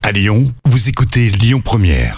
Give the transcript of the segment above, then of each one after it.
À Lyon, vous écoutez Lyon Première.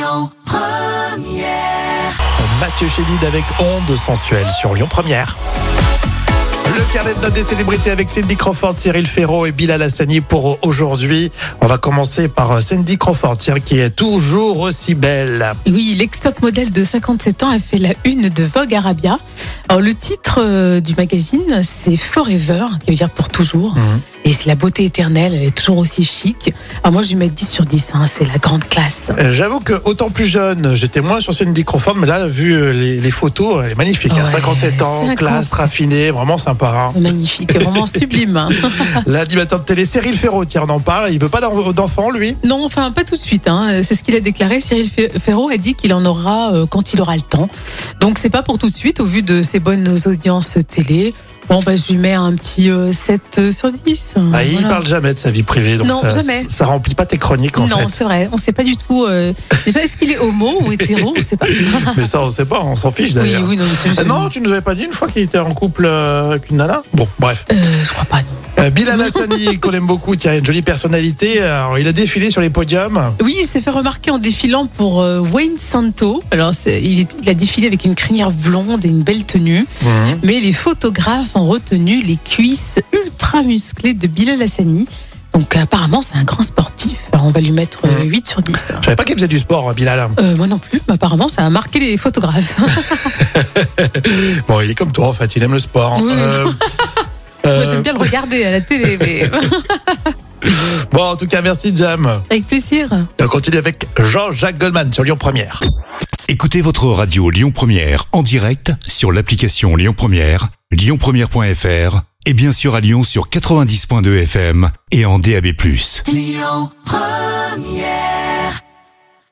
Mathieu Chédid avec Onde sensuelle sur Lyon Première. Le carnet de notes des célébrités avec Cindy Crawford, Cyril Ferraud et Bilal Hassani pour aujourd'hui. On va commencer par Cindy Crawford, qui est toujours aussi belle. Oui, l'ex-top modèle de 57 ans a fait la une de Vogue Arabia. Alors, le titre du magazine, c'est Forever, qui veut dire pour toujours. Et c'est la beauté éternelle, elle est toujours aussi chic. Alors moi, je lui mets 10 sur 10, c'est la grande classe. J'avoue que autant plus jeune, j'étais moins sur Cindy Crawford, mais là, vu les photos, elle est magnifique. Ouais, 57 ans, 50. classe, raffinée, vraiment sympa. Magnifique, vraiment sublime. L'animateur de télé, Cyril Ferraud, on en parle. Il veut pas d'enfant, lui? Non, enfin, pas tout de suite. C'est ce qu'il a déclaré. Cyril Ferraud a dit qu'il en aura quand il aura le temps. Donc, c'est pas pour tout de suite, au vu de ses bonnes audiences télé. Bon, je lui mets un petit 7 sur 10. Il parle jamais de sa vie privée, donc non, jamais. Ça remplit pas tes chroniques, en fait. Non, c'est vrai. On sait pas du tout. Déjà, est-ce qu'il est homo ou hétéro? On sait pas. Mais ça, on sait pas. On s'en fiche, d'ailleurs. Oui, non. Non, tu nous avais pas dit une fois qu'il était en couple avec une nana? Bon, bref. Je crois pas, non. Bilal Hassani, qu'on aime beaucoup, une jolie personnalité. Alors, il a défilé sur les podiums. Oui, il s'est fait remarquer en défilant pour Wayne Santo. Alors, il a défilé avec une crinière blonde et une belle tenue. Mais les photographes ont retenu les cuisses ultra musclées de Bilal Hassani. Donc, apparemment, c'est un grand sportif. Alors, on va lui mettre 8 sur 10. Je savais pas qu'il faisait du sport, Bilal. Moi non plus, mais apparemment, ça a marqué les photographes. Bon, il est comme toi, en fait. Il aime le sport. Oui. Moi, j'aime bien le regarder à la télé, mais... Bon, en tout cas, merci, Jam. Avec plaisir. On continue avec Jean-Jacques Goldman sur Lyon Première. Écoutez votre radio Lyon Première en direct sur l'application Lyon Première, lyonpremière.fr et bien sûr à Lyon sur 90.2 FM et en DAB+. Lyon Première.